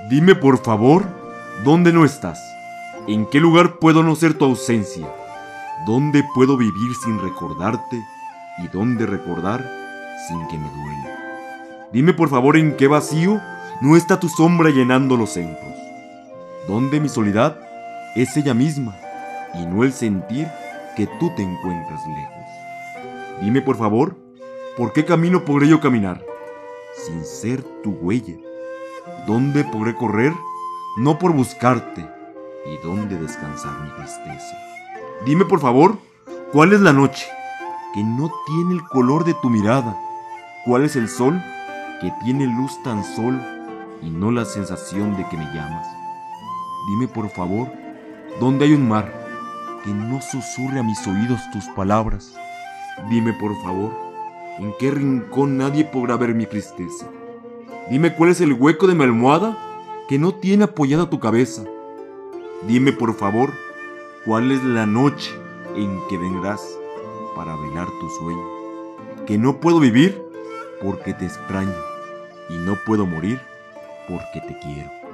Dime por favor, ¿dónde no estás? ¿En qué lugar puedo no ser tu ausencia? ¿Dónde puedo vivir sin recordarte? ¿Y dónde recordar sin que me duela? Dime por favor en qué vacío no está tu sombra llenando los centros. ¿Dónde mi soledad es ella misma y no el sentir que tú te encuentras lejos? Dime por favor, ¿por qué camino podré yo caminar sin ser tu huella? ¿Dónde podré correr no por buscarte y dónde descansar mi tristeza? Dime por favor, ¿cuál es la noche que no tiene el color de tu mirada? ¿Cuál es el sol que tiene luz tan solo y no la sensación de que me llamas? Dime por favor, ¿dónde hay un mar que no susurre a mis oídos tus palabras? Dime por favor, ¿en qué rincón nadie podrá ver mi tristeza? Dime cuál es el hueco de mi almohada que no tiene apoyada tu cabeza. Dime por favor, ¿cuál es la noche en que vendrás para velar tu sueño? Que no puedo vivir porque te extraño y no puedo morir porque te quiero.